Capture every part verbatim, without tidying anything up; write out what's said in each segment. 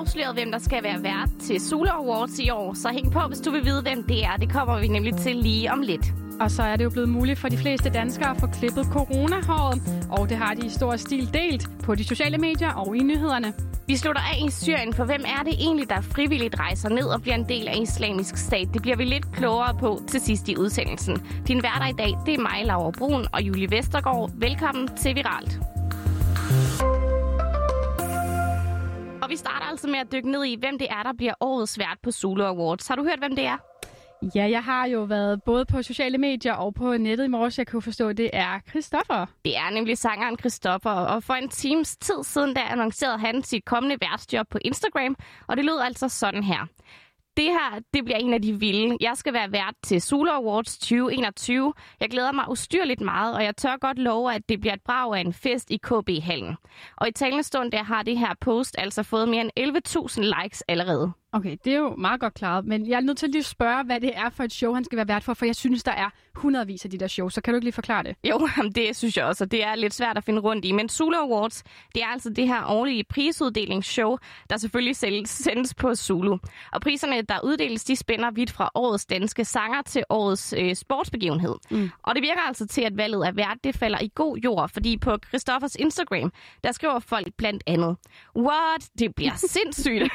afsløret, hvem der skal være vært til Zulu Awards i år, så hæng på, hvis du vil vide, hvem det er. Det kommer vi nemlig til lige om lidt. Og så er det jo blevet muligt for de fleste danskere at få klippet coronahåret, og det har de i stor stil delt på de sociale medier og i nyhederne. Vi slutter af i Syrien, for hvem er det egentlig, der frivilligt rejser ned og bliver en del af Islamisk Stat? Det bliver vi lidt klogere på til sidst i udsendelsen. Din værter i dag, det er mig, Laura Brun og Julie Vestergaard. Velkommen til Viralt. Og vi starter altså med at dykke ned i, hvem det er, der bliver årets vært på Zulu Awards. Har du hørt, hvem det er? Ja, jeg har jo været både på sociale medier og på nettet i morges. Jeg kan forstå, at det er Christoffer. Det er nemlig sangeren Christoffer, og for en times tid siden, der annoncerede han sit kommende værtsjob på Instagram, og det lød altså sådan her. Det her, det bliver en af de vilde. Jeg skal være vært til Zulu Awards tyve enogtyve. Jeg glæder mig ustyrligt meget, og jeg tør godt love, at det bliver et brag af en fest i K B-hallen. Og i talende stund, der har det her post altså fået mere end elleve tusind likes allerede. Okay, det er jo meget godt klaret, men jeg er nødt til lige at spørge, hvad det er for et show, han skal være vært for, for jeg synes, der er hundredvis af de der shows, så kan du ikke lige forklare det? Jo, det synes jeg også, og det er lidt svært at finde rundt i, men Zulu Awards, det er altså det her årlige prisuddelingshow, der selvfølgelig sendes på Zulu. Og priserne, der uddeles, de spænder vidt fra årets danske sanger til årets øh, sportsbegivenhed. Mm. Og det virker altså til, at valget af vært, det falder i god jord, fordi på Christoffers Instagram, der skriver folk blandt andet, what? Det bliver sindssygt.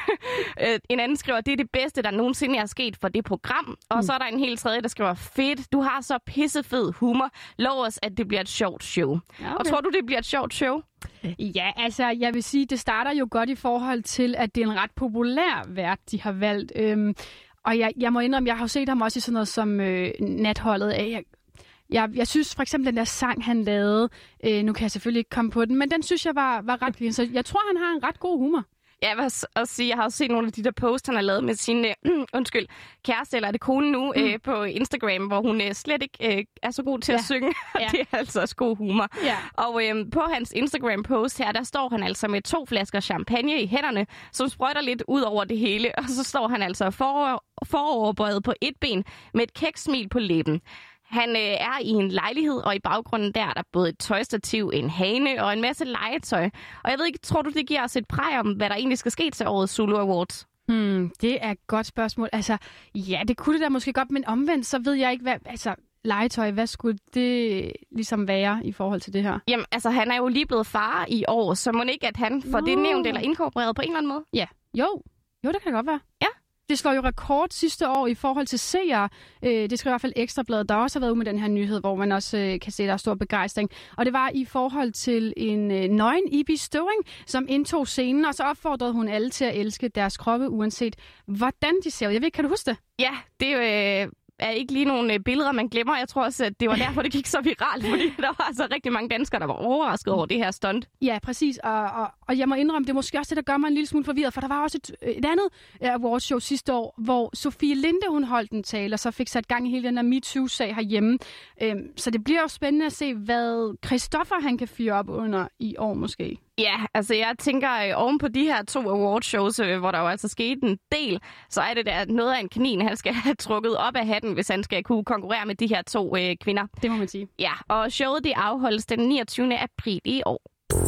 En anden skriver, det er det bedste, der nogensinde er sket for det program. Og mm. så er der en helt tredje, der skriver, fedt, du har så pissefed humor. Lov os, at det bliver et sjovt show. Ja, okay. Og tror du, det bliver et sjovt show? Ja, altså, jeg vil sige, det starter jo godt i forhold til, at det er en ret populær vært, de har valgt. Øhm, og jeg, jeg må indrømme, jeg har jo set ham også i sådan noget som øh, Natholdet af. Jeg, jeg, jeg synes for eksempel, den der sang, han lavede, øh, nu kan jeg selvfølgelig ikke komme på den, men den synes jeg var, var ret fin. Så jeg tror, han har en ret god humor. Ja, jeg vil også sige, jeg har også set nogle af de der posts, han har lavet med sin øh, undskyld, kæreste, eller er det kone nu, mm. øh, på Instagram, hvor hun øh, slet ikke øh, er så god til ja. at synge. Ja. Det er altså også god humor. Ja. Og øh, på hans Instagram-post her, der står han altså med to flasker champagne i hænderne, som sprøjter lidt ud over det hele. Og så står han altså forover, foroverbøjet på et ben med et kæksmil på læben. Han øh, er i en lejlighed, og i baggrunden der er der både et tøjstativ, en hane og en masse legetøj. Og jeg ved ikke, tror du, det giver os et præg om, hvad der egentlig skal ske til årets Zulu Awards? Hmm, det er et godt spørgsmål. Altså, ja, det kunne det da måske godt, men omvendt, så ved jeg ikke, hvad... Altså, legetøj, hvad skulle det ligesom være i forhold til det her? Jamen, altså, han er jo lige blevet far i år, så må ikke, at han får no. det nævnt eller inkorporeret på en eller anden måde? Ja, jo. Jo, det kan det godt være. Ja. Det slår jo rekord sidste år i forhold til seere. Det skriver i hvert fald Ekstrabladet, der også har været ude med den her nyhed, hvor man også kan se, at der er stor begejstring. Og det var i forhold til en nøgen Ibi Støvring, som indtog scenen, og så opfordrede hun alle til at elske deres kroppe, uanset hvordan de ser ud. Jeg ved ikke, kan du huske det? Ja, det er jo... Øh... er ikke lige nogle billeder, man glemmer. Jeg tror også, at det var derfor, det gik så viralt, fordi der var altså rigtig mange danskere, der var overrasket over det her stunt. Ja, præcis. Og, og, og jeg må indrømme, det er måske også det, der gør mig en lille smule forvirret, for der var også et, et andet awardshow sidste år, hvor Sofie Linde, hun holdt en tale, og så fik sat gang i hele den her MeToo-sag herhjemme. Øhm, så det bliver jo spændende at se, hvad Christoffer han kan fyre op under i år måske. Ja, altså jeg tænker, øh, oven på de her to awardshows, øh, hvor der jo altså skete en del, så er det da noget af en kanin, han skal have trukket op af hatten, hvis han skal kunne konkurrere med de her to øh, kvinder. Det må man sige. Ja, og showet det afholdes den niogtyvende april i år.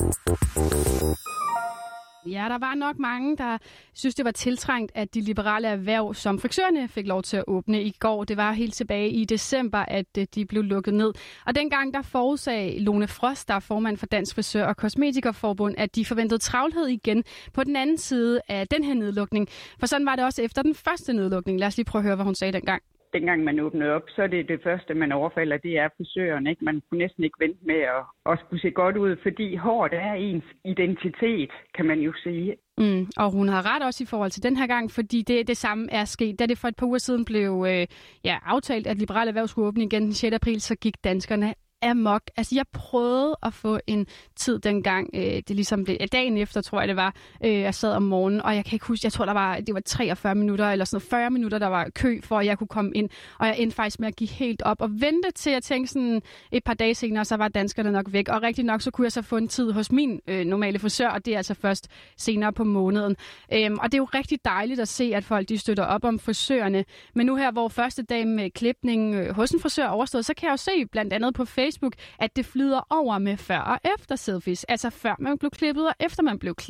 Ja, der var nok mange, der synes, det var tiltrængt, at de liberale erhverv, som frisørerne fik lov til at åbne i går. Det var helt tilbage i december, at de blev lukket ned. Og dengang der forudsagde Lone Frost, der er formand for Dansk Frisør- og Kosmetikerforbund, at de forventede travlhed igen på den anden side af den her nedlukning. For sådan var det også efter den første nedlukning. Lad os lige prøve at høre, hvad hun sagde dengang. Dengang man åbnede op, så er det det første, man overfalder, det er frisøren. Ikke? Man kunne næsten ikke vente med at, at skulle se godt ud, fordi håret er ens identitet, kan man jo sige. Mm, og hun har ret også i forhold til den her gang, fordi det, det samme er sket. Da det for et par uger siden blev øh, ja, aftalt, at liberale erhverv skulle åbne igen den sjette april, så gik danskerne amok. Altså, jeg prøvede at få en tid dengang, øh, det ligesom blev, dagen efter, tror jeg det var, øh, jeg sad om morgenen, og jeg kan ikke huske, jeg tror, der var, det var treogfyrre minutter, eller sådan noget, fyrre minutter, der var kø, for at jeg kunne komme ind, og jeg endte faktisk med at give helt op, og vente til at tænke sådan et par dage senere, så var danskerne nok væk, og rigtig nok, så kunne jeg så få en tid hos min øh, normale frisør, og det er altså først senere på måneden. Øhm, og det er jo rigtig dejligt at se, at folk de støtter op om frisørerne, men nu her, hvor første dag med klipning øh, hos en frisør overstået, så kan jeg jo se, blandt andet på Facebook, at det flyder over med før og efter selfies. Altså før man blev klippet og efter man blev klippet.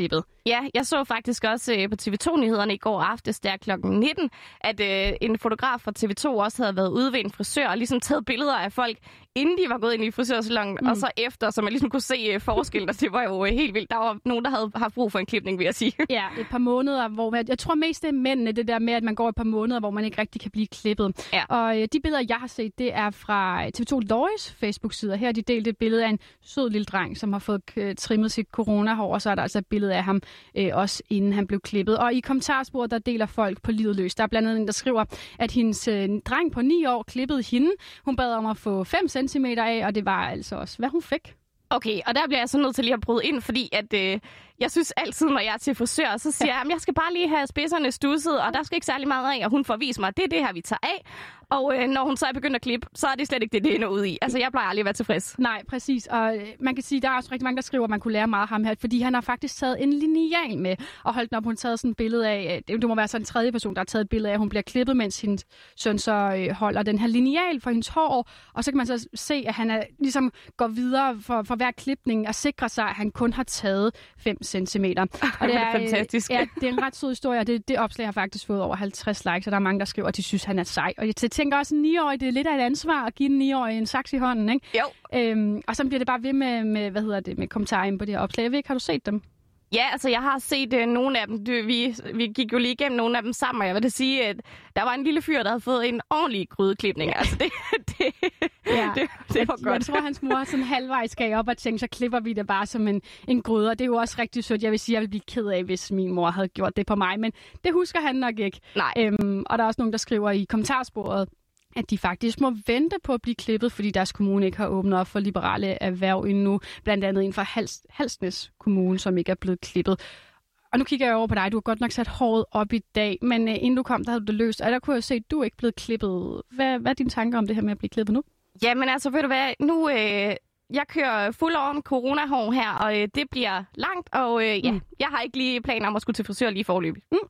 Ja, jeg så faktisk også øh, på T V to-nyhederne i går aftes, der klokken nitten, at øh, en fotograf fra T V to også havde været ude ved en frisør og ligesom taget billeder af folk, inden de var gået ind i frisørsalongen, mm. og så efter, så man ligesom kunne se øh, forskellen, og det var jo øh, helt vildt. Der var nogen, der havde haft brug for en klipning, vil jeg sige. Ja, et par måneder, hvor man, jeg tror mest det er mændene, det der med, at man går et par måneder, hvor man ikke rigtig kan blive klippet. Ja. Og øh, de billeder, jeg har set, det er fra T V to Løjes Facebook-side. Her har de delt et billede af en sød lille dreng, som har fået øh, trimmet sit coronahår, og så er der altså et billede af ham øh, også inden han blev klippet. Og i kommentarsporet, der deler folk på livet løs. Der er blandt andet en, der skriver, at hendes øh, dreng på ni år klippede hende. Hun bad om at få fem centimeter af, og det var altså også, hvad hun fik. Okay, og der bliver jeg så nødt til lige at bryde ind, fordi at, øh, jeg synes altid, når jeg er til frisør, så siger jeg, at jeg skal bare lige have spidserne stusset, og der skal ikke særlig meget af, og hun får vist mig, at det er det her, vi tager af. Og øh, når hun så er begyndt at klippe, så er det slet ikke det, det ender ud i. Altså, jeg plejer aldrig at være tilfreds. Nej, præcis. Og øh, man kan sige, at der er også rigtig mange, der skriver, at man kunne lære meget af ham her, fordi han har faktisk taget en lineal med og holdt den op. Hun har taget sådan et billede af, det, det må være sådan en tredje person, der har taget et billede af, at hun bliver klippet, mens hendes søn så øh, holder den her lineal for hendes hår. Og så kan man så se, at han er, ligesom går videre for, for hver klipning og sikrer sig, at han kun har taget fem centimeter. Og det er, det er fantastisk. Ja, det er en ret sød historie, og det, det opslag har faktisk fået over halvtreds likes, og der er mange, der skriver, at de synes, han er sej. Og jeg tænker også, en ni-årig, det er lidt af et ansvar at give en ni-årig en saks i hånden, ikke? Jo. Øhm, og så bliver det bare ved med, med, hvad hedder det, med kommentarer på det her opslag. Jeg ved ikke, har du set dem? Ja, altså jeg har set uh, nogle af dem. Du, vi, vi gik jo lige igennem nogle af dem sammen, og jeg vil da sige, at der var en lille fyr, der havde fået en ordentlig grydeklipning. Altså det, det, ja. det, det var jeg, godt. Jeg tror, hans mor sådan halvvejs gav op og tænkte, så klipper vi det bare som en, en gryde. Og det er jo også rigtig sødt. Jeg vil sige, at jeg ville blive ked af, hvis min mor havde gjort det på mig. Men det husker han nok ikke. Nej. Øhm, og der er også nogen, der skriver i kommentarsporet, at de faktisk må vente på at blive klippet, fordi deres kommune ikke har åbnet op for liberale erhverv endnu. Blandt andet inden for Hals, Halsnæs Kommune, som ikke er blevet klippet. Og nu kigger jeg over på dig. Du har godt nok sat håret op i dag, men uh, inden du kom, der havde du det løst. Og der kunne jeg se, at du er ikke blevet klippet. Hvad, hvad er dine tanker om det her med at blive klippet nu? Jamen altså, ved du hvad? Nu... Øh... Jeg kører fuld on coronahår her, og øh, det bliver langt, og øh, ja, mm. jeg har ikke lige planer om at skulle til frisør lige forløbig. Mm.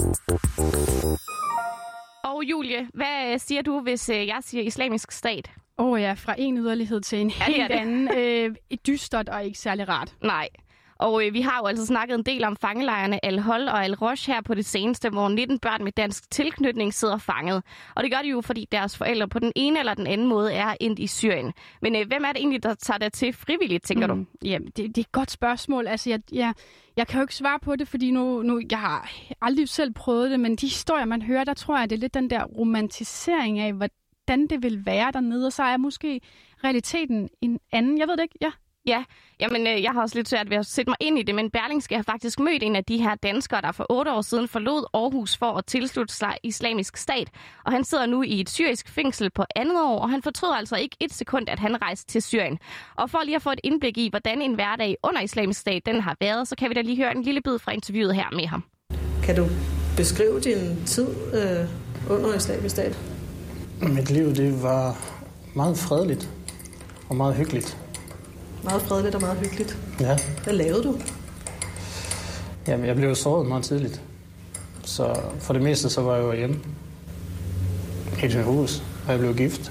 Og Julie, hvad siger du, hvis øh, jeg siger islamisk stat? Åh oh ja, fra en yderlighed til en ja, helt anden. Øh, dystert og ikke særlig rart. Nej. Og øh, vi har jo altså snakket en del om fangelejrene Al-Hol og Al-Rosh her på det seneste, hvor nitten børn med dansk tilknytning sidder fanget. Og det gør de jo, fordi deres forældre på den ene eller den anden måde er endt i Syrien. Men øh, hvem er det egentlig, der tager der til frivilligt, tænker mm, du? Jamen, det, det er et godt spørgsmål. Altså, jeg, jeg, jeg kan jo ikke svare på det, fordi nu, nu jeg har aldrig selv prøvet det, men de historier, man hører, der tror jeg, det er lidt den der romantisering af, hvordan det vil være dernede, og så er måske realiteten en anden. Jeg ved det ikke, ja. Ja, jamen øh, jeg har også lidt svært ved at sætte mig ind i det, men Berlingske har faktisk mødt en af de her danskere, der for otte år siden forlod Aarhus for at tilslutte sig islamisk stat. Og han sidder nu i et syrisk fængsel på andet år, og han fortryder altså ikke et sekund, at han rejste til Syrien. Og for lige at få et indblik i, hvordan en hverdag under islamisk stat den har været, så kan vi da lige høre en lille bid fra interviewet her med ham. Kan du beskrive din tid øh, under islamisk stat? Mit liv, det var meget fredeligt og meget hyggeligt. Meget fredeligt og meget hyggeligt. Ja. Hvad lavede du? Jamen, jeg blev såret meget tidligt. Så for det meste, så var jeg jo hjemme. I et hus, og jeg blev gift.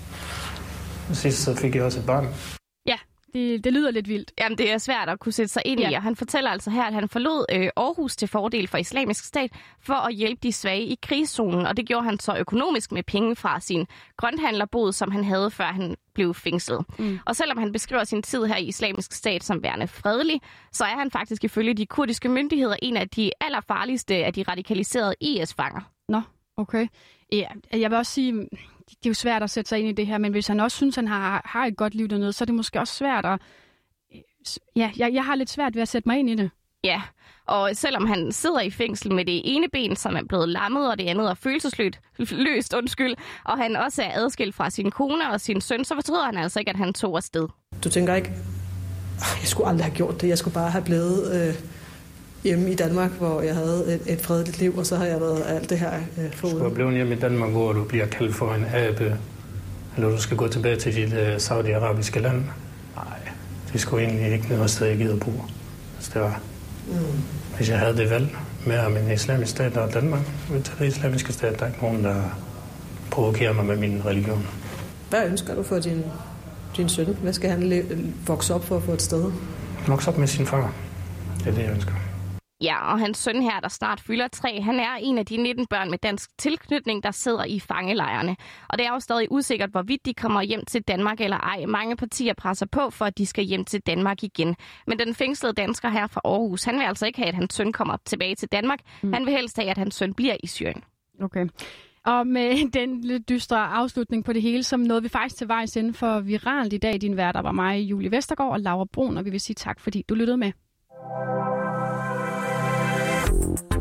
Og sidst så fik jeg også et barn. Ja, det, det lyder lidt vildt. Jamen, det er svært at kunne sætte sig ind i, ja. Og han fortæller altså her, at han forlod øh, Aarhus til fordel for islamisk stat for at hjælpe de svage i krigszonen, og det gjorde han så økonomisk med penge fra sin grønthandlerbod, som han havde, før han blev fængslet. Mm. Og selvom han beskriver sin tid her i islamisk stat som værende fredelig, så er han faktisk ifølge de kurdiske myndigheder en af de allerfarligste af de radikaliserede I S-fanger. Nå, okay. Ja, jeg vil også sige, det er jo svært at sætte sig ind i det her, men hvis han også synes, han har, har et godt liv dernede, så er det måske også svært at... Ja, jeg, jeg har lidt svært ved at sætte mig ind i det. Ja, og selvom han sidder i fængsel med det ene ben, som er blevet lammet, og det andet er følelsesløst, løst, undskyld, og han også er adskilt fra sin kone og sin søn, så fortryder han altså ikke, at han tog afsted. Du tænker ikke, jeg skulle aldrig have gjort det, jeg skulle bare have blevet øh, hjemme i Danmark, hvor jeg havde et, et fredeligt liv, og så har jeg været alt det her øh, foruden. Du skulle have blevet hjemme i Danmark, hvor du bliver kaldt for en abe, eller du skal gå tilbage til dit øh, saudiarabiske land. Nej, det skulle egentlig ikke noget sted, jeg gider bo. Altså, det var... Mm. Hvis jeg havde det valg med om en islamisk stat og Danmark, vil tage det islamiske stat, der er ikke nogen, der provokerer mig med min religion. Hvad ønsker du for din, din søn? Hvad skal han le- vokse op for at få et sted? Vokse op med sin far. Det er det, jeg ønsker. Ja, og hans søn her, der snart fylder tre, han er en af de nitten børn med dansk tilknytning, der sidder i fangelejrene. Og det er jo stadig usikkert, hvorvidt de kommer hjem til Danmark eller ej. Mange partier presser på for, at de skal hjem til Danmark igen. Men den fængslede dansker her fra Aarhus, han vil altså ikke have, at hans søn kommer tilbage til Danmark. Mm. Han vil helst have, at hans søn bliver i Syrien. Okay. Og med den lidt dystre afslutning på det hele, som nåede vi faktisk til vejs ende for Viralt i dag. Din værter var mig, Julie Vestergaard og Laura Brun, og vi vil sige tak, fordi du lyttede med.